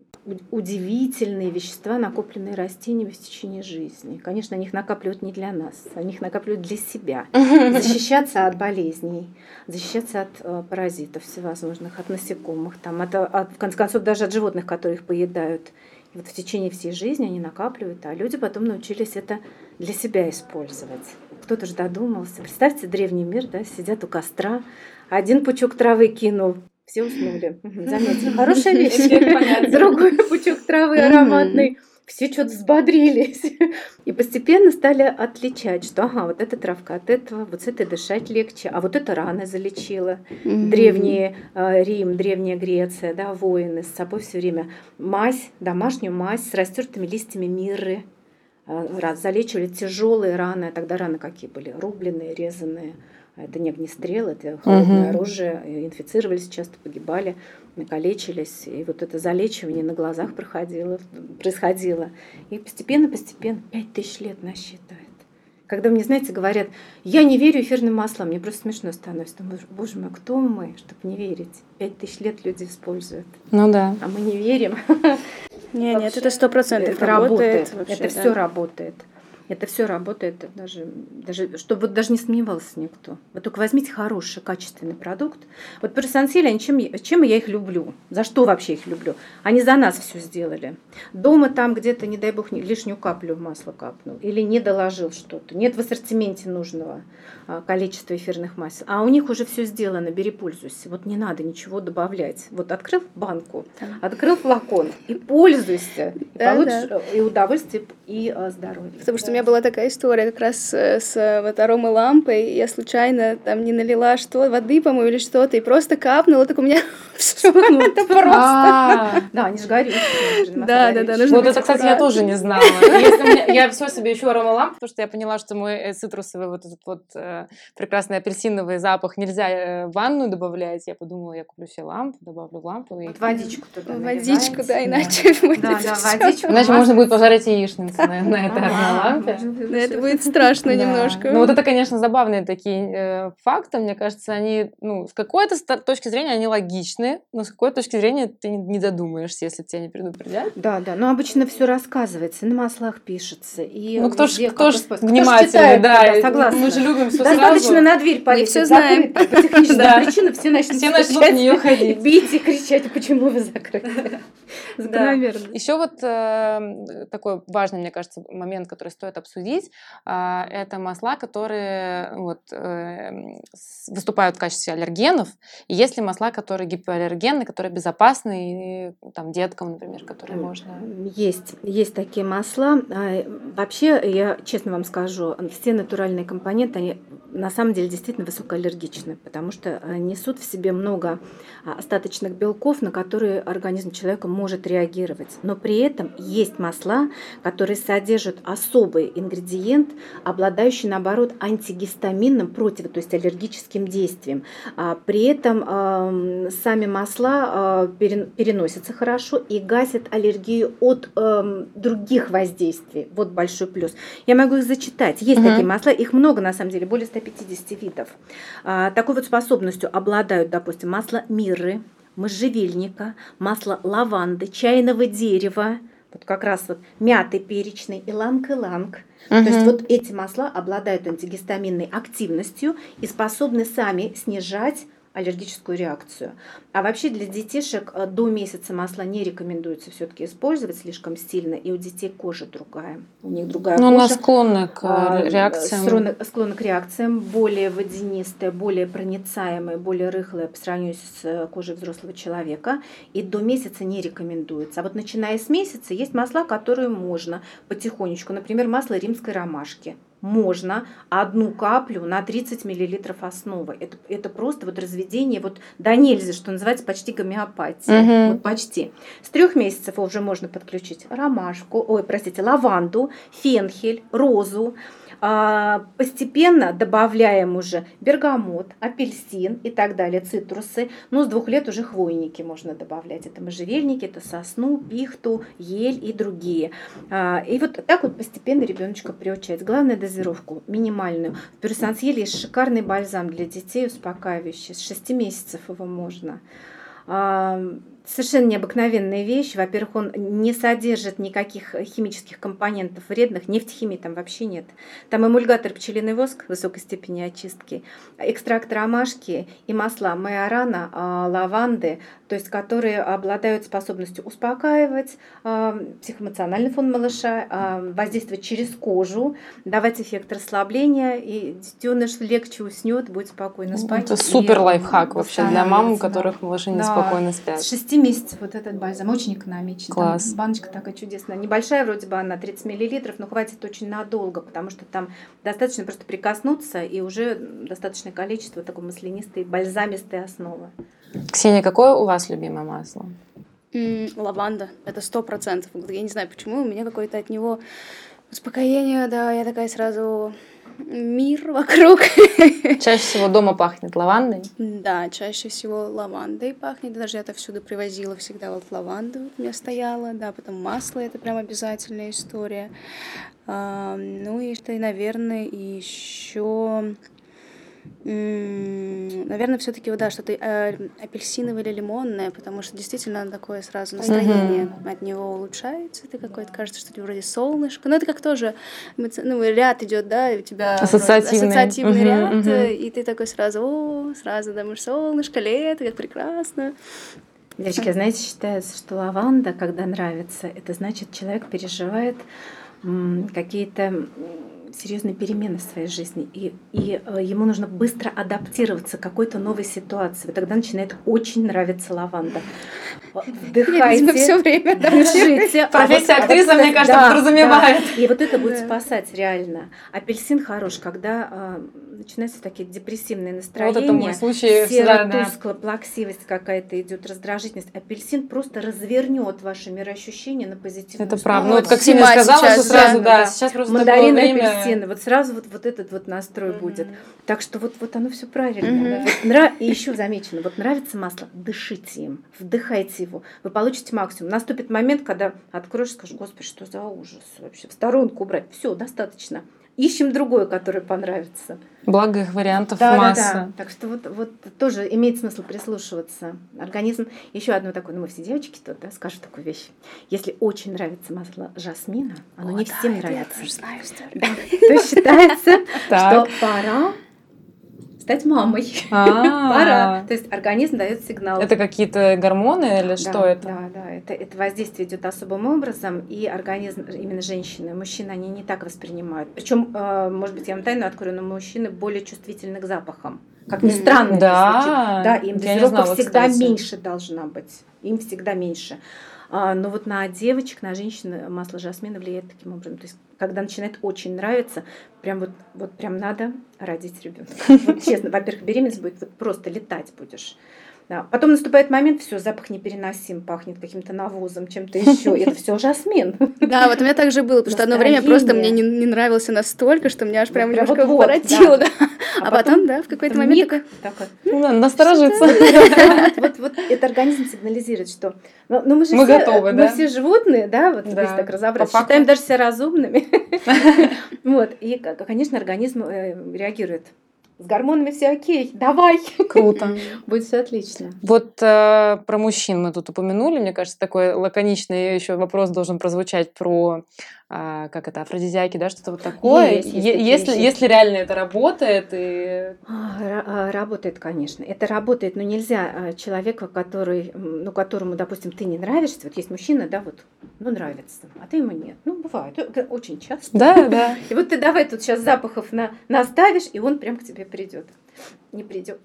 У- Удивительные вещества, накопленные растениями в течение жизни. Конечно, они их накапливают не для нас, они их накапливают для себя. Защищаться от болезней, защищаться от э, паразитов всевозможных, от насекомых, там, от, от, в конце концов, даже от животных, которые их поедают. И вот в течение всей жизни они накапливают, а люди потом научились это для себя использовать. Кто-то же додумался. Представьте, древний мир, да, сидят у костра, один пучок травы кинул, все уснули. Мгм, заметили, хорошая вещь. Другой пучок травы ароматный. Все что-то взбодрились. И постепенно стали отличать, что ага, вот эта травка от этого, вот с этой дышать легче, а вот это раны залечила. Древний э, Рим, древняя Греция, да, воины с собой все время мазь, домашнюю мазь с растертыми листьями мирры. Э, раз залечивали тяжелые раны, а тогда раны какие были? Рубленые, резаные. А это не огнестрел, это холодное Мгм. оружие. И инфицировались, часто погибали, калечились. И вот это залечивание на глазах проходило, происходило. И постепенно-постепенно пять тысяч лет насчитывает. Когда мне, знаете, говорят, я не верю эфирным маслам, мне просто смешно становится. Думаю, боже мой, кто мы, чтобы не верить? Пять тысяч лет люди используют, Ну да. а мы не верим. Не, нет, Вообще, это сто процентов это работает. работает. вообще, Это да. все работает. Это все работает, даже, даже, чтобы вот даже не сомневался никто. Вы только возьмите хороший, качественный продукт. Вот Пюресансиль, они чем, я- чем я их люблю? За что вообще их люблю? Они за нас все сделали. Дома там где-то, не дай бог, не- лишнюю каплю масла капнул. Или не доложил что-то. Нет в ассортименте нужного а, количества эфирных масел. А у них уже все сделано, бери, пользуйся. Вот не надо ничего добавлять. Вот открыл банку, открыл флакон и пользуйся. И Да, получишь э, и удовольствие, и э, здоровье. Потому что у меня была такая история как раз э, с э, вот аромой лампой. Я случайно там не налила что, воды, по-моему, или что-то, и просто капнула, так у меня все. Это просто. А, Да, они же горючие. Да, да, да, нужно Вот быть это, кстати, я аккуратным. тоже не знала. Если у меня- Я все себе ищу аромалампу, потому что я поняла, что мой э, цитрусовый вот этот вот э, прекрасный апельсиновый запах нельзя э, в ванную добавлять. Я подумала, я куплю себе лампу, добавлю в лампу. И... Вот водичку туда Водичку, да, наливаете. иначе будет Да, это да, всё. водичку. Иначе можно будет пожарить яичницу на, на этой Ага, аромалампе. можно будет. Да, это будет страшно Да. немножко. Ну вот это, конечно, забавные такие э, факты. Мне кажется, они, ну, с какой-то ста- точки зрения они логичны, но с какой точки зрения ты не- не додумаешься, если тебя не предупредят. Да, да, но обычно все рассказывается, и на маслах пишется. И Ну кто ж, везде, кто как ж использовать. Кто ж внимательный, читает, да, и согласна. мы же любим все Достаточно сразу. на дверь повесить, всё знаем. закрыть, по техническим Да. причинам все начнут Все начнут стучать, в неё ходить. бить и кричать, почему вы закрыли. Закономерно. Еще вот э, такой важный, мне кажется, момент, который стоит обсудить, а, это масла, которые вот, э, с- выступают в качестве аллергенов. И есть ли масла, которые гипоаллергенны, которые безопасны и, там, деткам, например, которые можно... Есть, есть такие масла. А, Вообще, я честно вам скажу, все натуральные компоненты, они на самом деле действительно высокоаллергичны, потому что а, несут в себе много а, остаточных белков, на которые организм человека может реагировать. Но при этом есть масла, которые содержат особый ингредиент, обладающий, наоборот, антигистаминным, против, то есть аллергическим действием. А, При этом ам, сами масла а, перен- переносятся хорошо и гасят аллергию от ам, других воздействий. Вот большой плюс. Я могу их зачитать. Есть Мгм. такие масла, их много на самом деле, более ста пятидесяти видов. А, Такой вот способностью обладают, допустим, масло мирры, можжевельника, масло лаванды, чайного дерева, вот как раз вот мяты перечной, иланг-иланг. То есть Мгм. вот эти масла обладают антигистаминной активностью и способны сами снижать аллергическую реакцию. А вообще для детишек э, до месяца масла не рекомендуется все-таки использовать слишком сильно, и у детей кожа другая. У них другая Ну, она кожа. склонна к А, э, реакциям. склонна, склонна к реакциям, более водянистая, более проницаемая, более рыхлая по сравнению с э, кожей взрослого человека. И до месяца не рекомендуется. А вот начиная с месяца есть масла, которые можно потихонечку. Например, масло римской ромашки. можно одну каплю на тридцать миллилитров основы. Это, это просто вот разведение вот до нельзя, что называется, почти гомеопатия. Мгм. Вот почти. С трех месяцев уже можно подключить ромашку, ой, простите, лаванду, фенхель, розу. А, Постепенно добавляем уже бергамот, апельсин и так далее, цитрусы. Ну, с двух лет уже хвойники можно добавлять. Это можжевельники, это сосну, пихту, ель и другие. А, И вот так вот постепенно ребеночка приучать. Главное дозировку минимальную. В Pure Essentiel есть шикарный бальзам для детей, успокаивающий. С шести месяцев его можно. А, Совершенно необыкновенная вещь. Во-первых, он не содержит никаких химических компонентов вредных. Нефтехимии там вообще нет. Там эмульгатор пчелиный воск высокой степени очистки, экстракт ромашки и масла майорана, а, лаванды, то есть которые обладают способностью успокаивать а, психоэмоциональный фон малыша, а, воздействовать через кожу, давать эффект расслабления, и детеныш легче уснет, будет спокойно спать. Это супер и лайфхак вообще для мам, у восстанавливаться, да. которых малыши Да. неспокойно спят. С шести месяцев вот этот бальзам очень экономичный. Класс. Там баночка такая чудесная. Небольшая вроде бы она, тридцать миллилитров, но хватит очень надолго, потому что там достаточно просто прикоснуться, и уже достаточное количество такой маслянистой, бальзамистой основы. Ксения, какое у вас любимое масло? М, Лаванда, это сто процентов. Я не знаю, почему, у меня какое-то от него успокоение, да, я такая сразу мир вокруг. Чаще всего дома пахнет лавандой. Да, чаще всего лавандой пахнет. Даже я отовсюду привозила всегда вот лаванду у меня стояла. Да, потом масло, это прям обязательная история. А, ну и что, и, наверное, еще... Наверное, все-таки, да, что-то э, апельсиновое или лимонное, потому что действительно такое сразу настроение Мгм. от него улучшается. Ты какой-то, кажется, что ты вроде солнышко. Ну, это как тоже эмоци- ну, ряд идет, да, и у тебя вроде Ассоциативный. ассоциативный Мгм, ряд, мгм. э, и ты такой сразу, о, сразу думаешь, солнышко, лето, как прекрасно. Девочки, знаете, считается, что лаванда, когда нравится, это значит, человек переживает м, какие-то м, серьезные перемены в своей жизни, и, и э, ему нужно быстро адаптироваться к какой-то новой ситуации. Вот тогда начинает очень нравиться лаванда. Я, видимо, все Вдыхайте, время дышите. А Профессия вот- а вот, актрисы, мне кстати, кажется, да, подразумевает. да. И вот это будет Да. спасать реально. Апельсин хорош, когда э, начинаются такие депрессивные Вот это мой настроения, случай. всегда, да. серо-тускло, плаксивость какая-то идет, раздражительность. Апельсин просто развернет ваше мироощущение на позитивную Это сторону. правда. Ну, вот как Зима Ксения сказала, сейчас, что сразу, да, да, да. сейчас просто Мандарин, такое время. апельсин, вот сразу вот, вот этот вот настрой Мгм. будет. Так что вот, вот оно все правильно. Мгм. Вот нра- И еще замечено, вот нравится масло, дышите им, вдыхайте его, вы получите максимум. Наступит момент, когда откроешь, скажешь, господи, что за ужас вообще, в сторонку убрать. Все, достаточно. Ищем другое, которое понравится. Благо их вариантов Да, да, масса. да. Так что вот, вот тоже имеет смысл прислушиваться. Организм, еще одно такое, ну мы все девочки тут, да, скажут такую вещь. Если очень нравится масло жасмина, оно О, не да, всем это нравится. Я тоже знаю историю. Да, то считается, Так. что пора стать мамой. А, Пора. То есть организм дает сигнал. Это какие-то гормоны или Да, что это? Да, да, это, это воздействие идет особым образом, и организм именно женщины, мужчины, они не так воспринимают. Причем, э, может быть, я вам тайну открою, но мужчины более чувствительны к запахам. Как ни Мгм. странно это Да? звучит. Да, им Я не дозировка знала, всегда кстати. меньше должна быть. Им всегда меньше. А, но вот на девочек, на женщин масло жасмина влияет таким образом. То есть, когда начинает очень нравиться, прям вот, вот прям надо родить ребенка. Вот честно, во-первых, беременность будет вот просто летать будешь. Да. Потом наступает момент, все, запах непереносим, пахнет каким-то навозом, чем-то еще. Это все жасмин. Да, вот у меня так же было, потому что одно время просто мне не, Настроение. не нравился настолько, что меня аж прям Вот прям немножко вот-вот, воротило, да. да. А потом, да, в какой-то момент миг такой, такой, Ну, надо насторожиться. вот, вот, вот это организм сигнализирует, что ну, ну мы же Мы все, готовы, мы да? все животные, да, вот Да, если так разобраться, по факту. считаем даже себя разумными. Вот, и, к- конечно, организм э, реагирует. С гормонами все окей, давай, Круто. будет все отлично. Вот э, про мужчин мы тут упомянули. Мне кажется, такой лаконичный еще вопрос должен прозвучать про э, как это, афродизиаки, да, что-то вот такое. Есть, есть Е- такие если, вещи. если реально это работает, и А, ра- а, Работает, конечно. Это работает, но нельзя а, человека, который, м, ну, которому, допустим, ты не нравишься. Вот есть мужчина, да, вот, ну, нравится, а ты ему нет. Ну, бывает, это очень часто. да, да. И вот ты давай тут сейчас запахов на, наставишь, и он прям к тебе придет. не придет.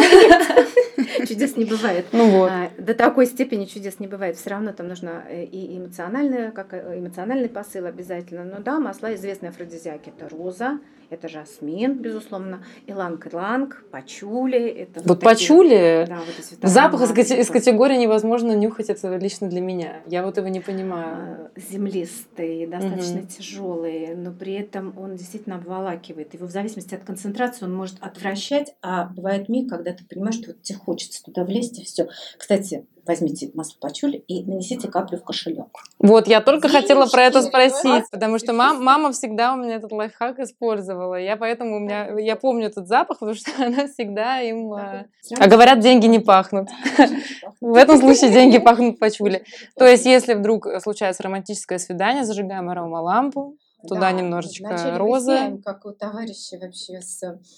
Чудес не бывает. Ну вот. До такой степени чудес не бывает. Все равно там нужно и эмоциональный, как эмоциональный посыл обязательно. Но да, масла известные афродизиаки. Это роза, это жасмин, безусловно, иланг-иланг, пачули. Это Вот, вот пачули, да, вот запах из, из категории невозможно нюхать, это лично для меня. Я вот его не понимаю. Землистый, достаточно Угу. тяжелый, но при этом он действительно обволакивает. Его в зависимости от концентрации он может отвращать, а бывает миг, когда ты понимаешь, что вот тебе хочется туда влезть и все. Кстати, возьмите масло пачули и нанесите каплю в кошелек. Вот, я только Денежки, хотела про это спросить, да? потому что мам, мама всегда у меня этот лайфхак использовала. Я поэтому у меня, я помню этот запах, потому что она всегда им... А, а говорят, деньги не пахнут. В этом случае деньги пахнут пачули. То есть, если вдруг случается романтическое свидание, зажигаем аромалампу, туда Да, немножечко вначале розы. выясняем, как у товарища вообще с,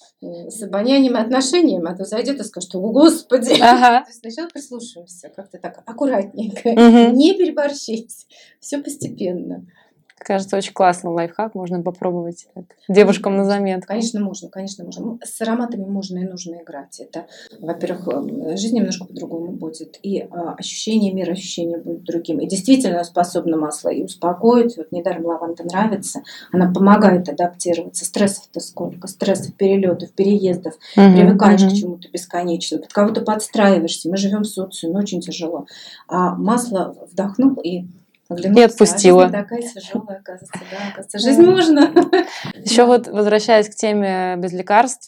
с обонянием и отношениями, а то зайдет и скажет, о, Господи. Ага. То есть сначала прислушиваемся, как-то так аккуратненько, Мгм. не переборщить, все постепенно. Кажется, очень классный лайфхак, можно попробовать так, девушкам на заметку. Конечно, можно, конечно, можно. Ну, с ароматами можно и нужно играть. Это, во-первых, э, жизнь немножко по-другому будет, и э, ощущение, мир ощущения будет другим. И действительно способно масло и успокоить. Вот недаром лаванда нравится. Она помогает адаптироваться. Стрессов-то сколько? Стрессов, перелетов, переездов. Мгм, Привыкаешь мгм. к чему-то бесконечно. Под кого-то подстраиваешься. Мы живем в социуме, очень тяжело. А масло вдохнул и оглянулся, И отпустила. а жизнь такая тяжелая, оказывается, да, оказывается, жизнь можно. Еще вот возвращаясь к теме без лекарств,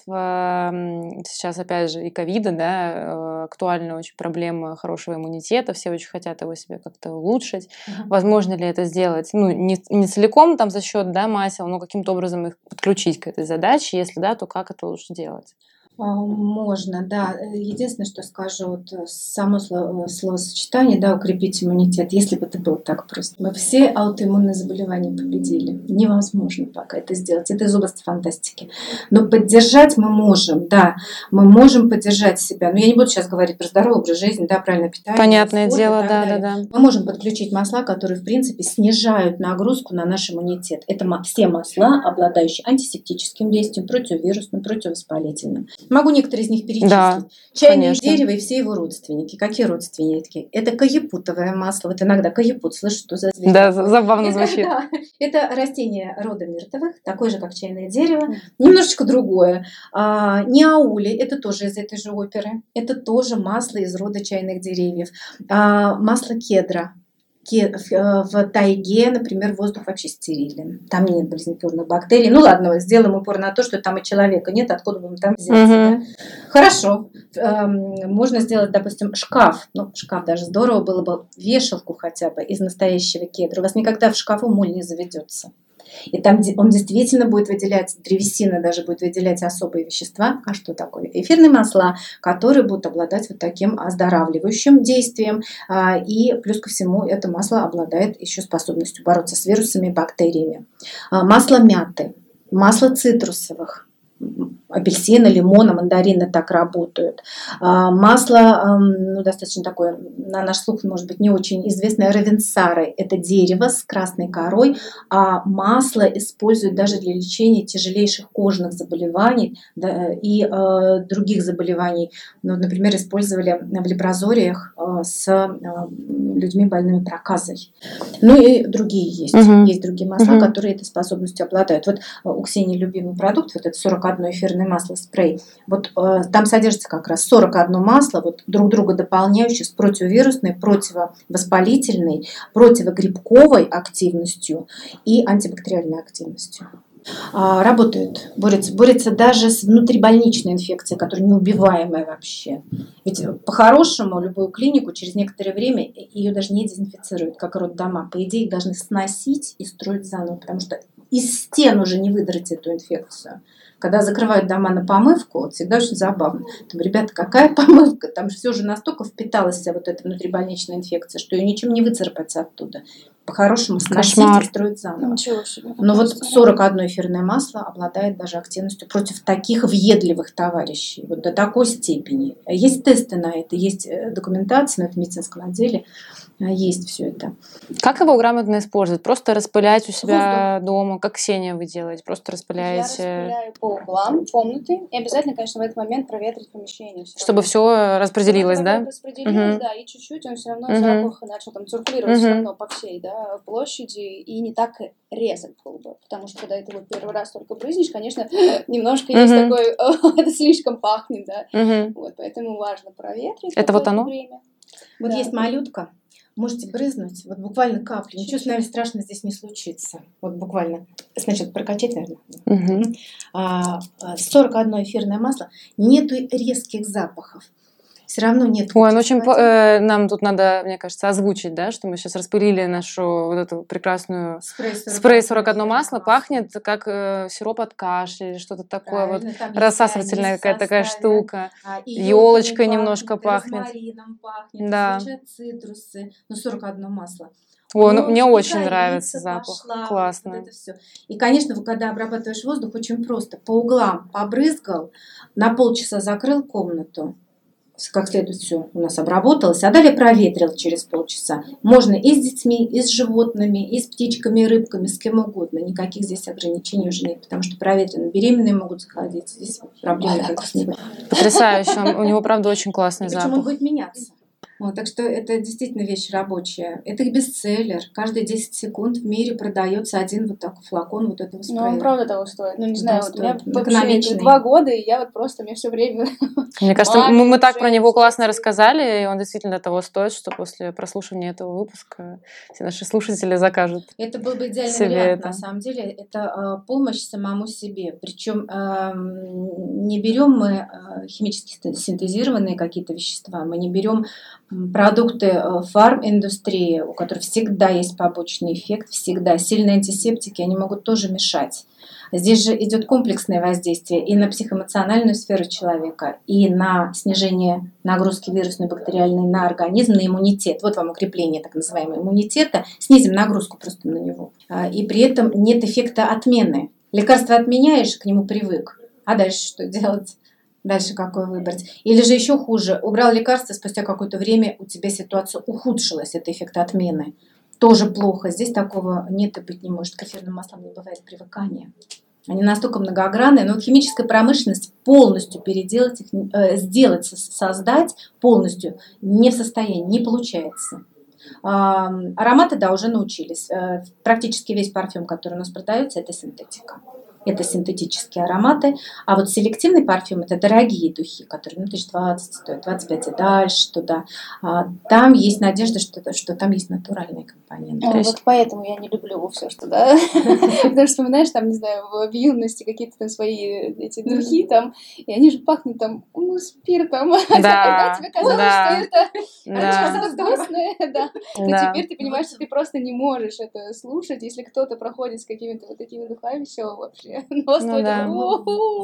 эм, сейчас опять же и ковида, да, э, актуальна очень проблема хорошего иммунитета, все очень хотят его себе как-то улучшить. Мгм. Возможно ли это сделать, ну, не, не целиком там за счет, да, масел, но каким-то образом их подключить к этой задаче, если да, то как это лучше делать? А, Можно, да. Единственное, что скажу, вот э, само слово- словосочетание, да, укрепить иммунитет, если бы это было так просто. Мы все аутоиммунные заболевания победили. Невозможно пока это сделать. Это из области фантастики. Но поддержать мы можем, да. Мы можем поддержать себя. Но я не буду сейчас говорить про здоровый образ жизни, да, правильное питание. Понятное спорт и дело, так да, да, далее. да. Мы можем подключить масла, которые, в принципе, снижают нагрузку на наш иммунитет. Это ма- все масла, обладающие антисептическим действием, противовирусным, противовоспалительным. Могу некоторые из них перечислить. Да, Чайное конечно. дерево и все его родственники. Какие родственники? Это каепутовое масло. Вот иногда каепут, слышишь, что за зверь Да, такой? за- забавно Это, звучит. да, это растение рода миртовых, такое же, как чайное дерево, немножечко другое. А, неаули, это тоже из этой же оперы. Это тоже масло из рода чайных деревьев. А, масло кедра. Ке- В э, в тайге, например, воздух вообще стерилен. Там нет болезнетворных бактерий. Ну ладно, вот сделаем упор на то, что там и человека нет, откуда будем там взяться. Да? Мгм. Хорошо. Эм, Можно сделать, допустим, шкаф. Ну, шкаф даже здорово было бы, вешалку хотя бы из настоящего кедра. У вас никогда в шкафу моль не заведется. И там де- он действительно будет выделять, древесина даже будет выделять особые вещества. А что такое? Эфирные масла, которые будут обладать вот таким оздоравливающим действием. А, И плюс ко всему это масло обладает еще способностью бороться с вирусами и бактериями. А, Масло мяты, масло цитрусовых, м, апельсина, лимона, мандарина так работают. А, Масло, ам, ну, достаточно такое, на наш слух, может быть, не очень известное, равенсары. Это дерево с красной корой, а масло используют даже для лечения тяжелейших кожных заболеваний, да, и э, других заболеваний. Ну, например, использовали в лепрозориях э, с э, людьми больными проказой. Ну и другие есть. Мгм. Есть другие масла, Мгм. которые этой способностью обладают. Вот э, у Ксении любимый продукт, вот это сорок одно эфирное масло спрей. Вот э, там содержится как раз сорок одно масло, вот друг друга дополняющих с противовирусной, противовоспалительной, противогрибковой активностью и антибактериальной активностью. А, Работает, борется, борется даже с внутрибольничной инфекцией, которая неубиваемая вообще. Ведь э, по-хорошему любую клинику через некоторое время ее даже не дезинфицируют, как роддома. По идее, их должны сносить и строить заново, потому что из стен уже не выдрать эту инфекцию. Когда закрывают дома на помывку, вот всегда очень забавно. Там, ребята, какая помывка? Там все же настолько впиталась вся вот эта внутрибольничная инфекция, что ее ничем не выцарапать оттуда. по-хорошему сносить Кошмар. и строить заново. Ничего себе. Но вот сорок одно эфирное масло обладает даже активностью против таких въедливых товарищей, вот до такой степени. Есть тесты на это, есть документация на этом медицинском отделе, есть все это. Как его грамотно использовать? Просто распылять у себя Воздух. дома, как Ксения вы делаете? Просто распыляете? Я распыляю по углам комнаты и обязательно, конечно, в этот момент проветрить помещение. Все Чтобы все распределилось, Чтобы да? распределилось, угу. да, и чуть-чуть он все равно угу. запах начал там циркулировать угу. все равно по всей, да, площади, и не так резок был бы, потому что когда ты вот первый раз только брызнешь, конечно, немножко угу. есть такой, это слишком пахнет, да, угу. вот, поэтому важно проветрить. Это вот оно? Время. Вот да. есть малютка. Можете брызнуть, вот буквально каплю. Ничего с нами страшного здесь не случится. Вот буквально. Сначала прокачать, наверное. Угу. А, сорок одно эфирное масло. Нету резких запахов. Все равно нет. Ой, ну очень по- э, нам тут надо, мне кажется, озвучить, да, что мы сейчас распылили нашу вот эту прекрасную спрей сорок одно масло, пахнет как э, сироп от кашля или что-то такое. Правильно, вот рассасывательная какая-то такая штука. А, елочкой немножко пахнет. Розмарином пахнет, да. Цитрусы. Ну, сорок одно масло. Ой, ну, мне очень нравится запах. Пошла, классно. Вот это все. И, конечно, когда обрабатываешь воздух, очень просто. По углам побрызгал, на полчаса закрыл комнату, как следует все у нас обработалось, а далее проветрил через полчаса. Можно и с детьми, и с животными, и с птичками, и рыбками, с кем угодно. Никаких здесь ограничений уже нет, потому что проветрено. Беременные могут заходить, здесь проблем никаких нет. Потрясающе, у него, правда, очень классный запах. Причем он будет меняться. Вот, так что это действительно вещь рабочая. Это бестселлер. Каждые десять секунд в мире продается один вот такой флакон вот этого спрея. Ну, он правда того стоит. Ну, не знаю, да, вот у меня вообще два года, и я вот просто, мне все время... Мне кажется, Маме, мы, мы так про него классно рассказали, и он действительно того стоит, что после прослушивания этого выпуска все наши слушатели закажут. Это был бы идеальный вариант, это. На самом деле. Это э, помощь самому себе. Причем э, не берем мы э, химически синтезированные какие-то вещества, мы не берем продукты фарм-индустрии, у которых всегда есть побочный эффект, всегда. Сильные антисептики, они могут тоже мешать. Здесь же идет комплексное воздействие и на психоэмоциональную сферу человека, и на снижение нагрузки вирусной, бактериальной на организм, на иммунитет. Вот вам укрепление так называемого иммунитета. Снизим нагрузку просто на него. И при этом нет эффекта отмены. Лекарство отменяешь, к нему привык. А дальше что делать? Дальше какой выбрать? Или же еще хуже, убрал лекарство, спустя какое-то время у тебя ситуация ухудшилась, это эффект отмены. Тоже плохо. Здесь такого нет и быть не может. К эфирным маслам не бывает привыкания. Они настолько многогранные, но химическая промышленность полностью переделать их, э, сделать, создать полностью не в состоянии, не получается. А, ароматы, да, уже научились. А, практически весь парфюм, который у нас продается, это синтетика. Это синтетические ароматы. А вот селективный парфюм – это дорогие духи, которые ну, тысяча двадцать стоят, двадцать пять и дальше туда. А, там есть надежда, что, что там есть натуральные компоненты. А, есть... Вот поэтому я не люблю все, что, да. Потому что, вспоминаешь, там, не знаю, в юности какие-то там свои эти духи, там, и они же пахнут там, ну, спиртом. Да, тебе казалось, что это воздушное, да. Но теперь ты понимаешь, что ты просто не можешь это слушать, если кто-то проходит с какими-то вот такими духами, все вообще. Нос ну, да. вот,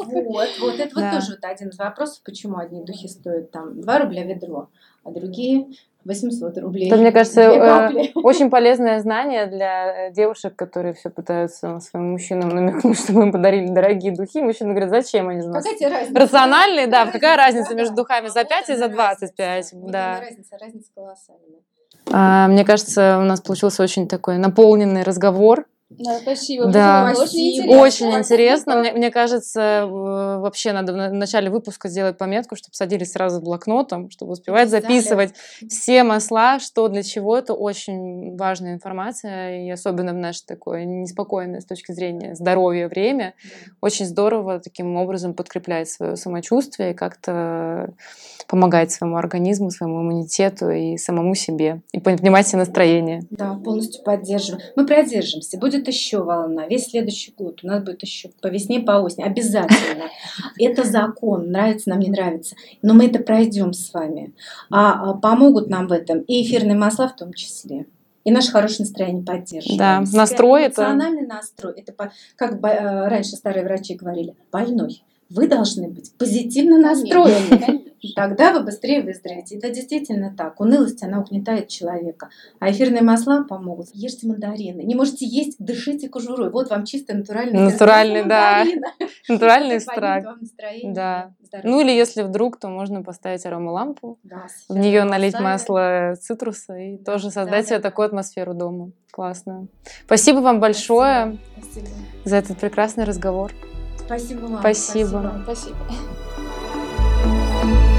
вот это да. вот тоже вот один из вопросов, почему одни духи стоят там два рубля ведро, а другие восемьсот рублей. Это, мне кажется, э, очень полезное знание для девушек, которые все пытаются своим мужчинам намекнуть, чтобы им подарили дорогие духи. Мужчины говорят, зачем они же какая тебе разница? Рациональные, да, какая, какая разница, разница да, между духами за пять и за двадцать пять. Вот да. разница, разница колоссальная. А, мне кажется, у нас получился очень такой наполненный разговор. Да, спасибо. Да, очень интересно. Очень интересно. Мне, мне кажется, вообще надо в начале выпуска сделать пометку, чтобы садились сразу с блокнотом, чтобы успевать записывать все масла, что для чего. Это очень важная информация, и особенно в наше такое неспокойное с точки зрения здоровья время. Да. Очень здорово таким образом подкреплять свое самочувствие и как-то помогать своему организму, своему иммунитету и самому себе. И поднимать себе настроение. Да, полностью поддерживаем. Мы продержимся. Будет еще волна. Весь следующий год у нас будет еще по весне, по осени. Обязательно. Это закон. Нравится нам, не нравится. Но мы это пройдем с вами. А помогут нам в этом и эфирные масла в том числе. И наше хорошее настроение поддерживаем. Да, настрой это... Эмоциональный настрой. Это, как раньше старые врачи говорили, больной. вы должны быть позитивно настроены. Тогда вы быстрее выздоровеете. Это действительно так. Унылость, она угнетает человека. А эфирные масла помогут. Ешьте мандарины. Не можете есть, дышите кожурой. Вот вам чисто натуральный Натуральный, да. Натуральный Это экстракт. поднимет вам настроение, Да. здоровье. Ну или если вдруг, то можно поставить аромалампу, Да, в нее сейчас налить бросаю. масло цитруса и Да, тоже да, создать да, себе да. такую атмосферу дома. Классно. Спасибо вам большое Спасибо. за этот прекрасный разговор. Спасибо вам. Спасибо. Спасибо. Спасибо.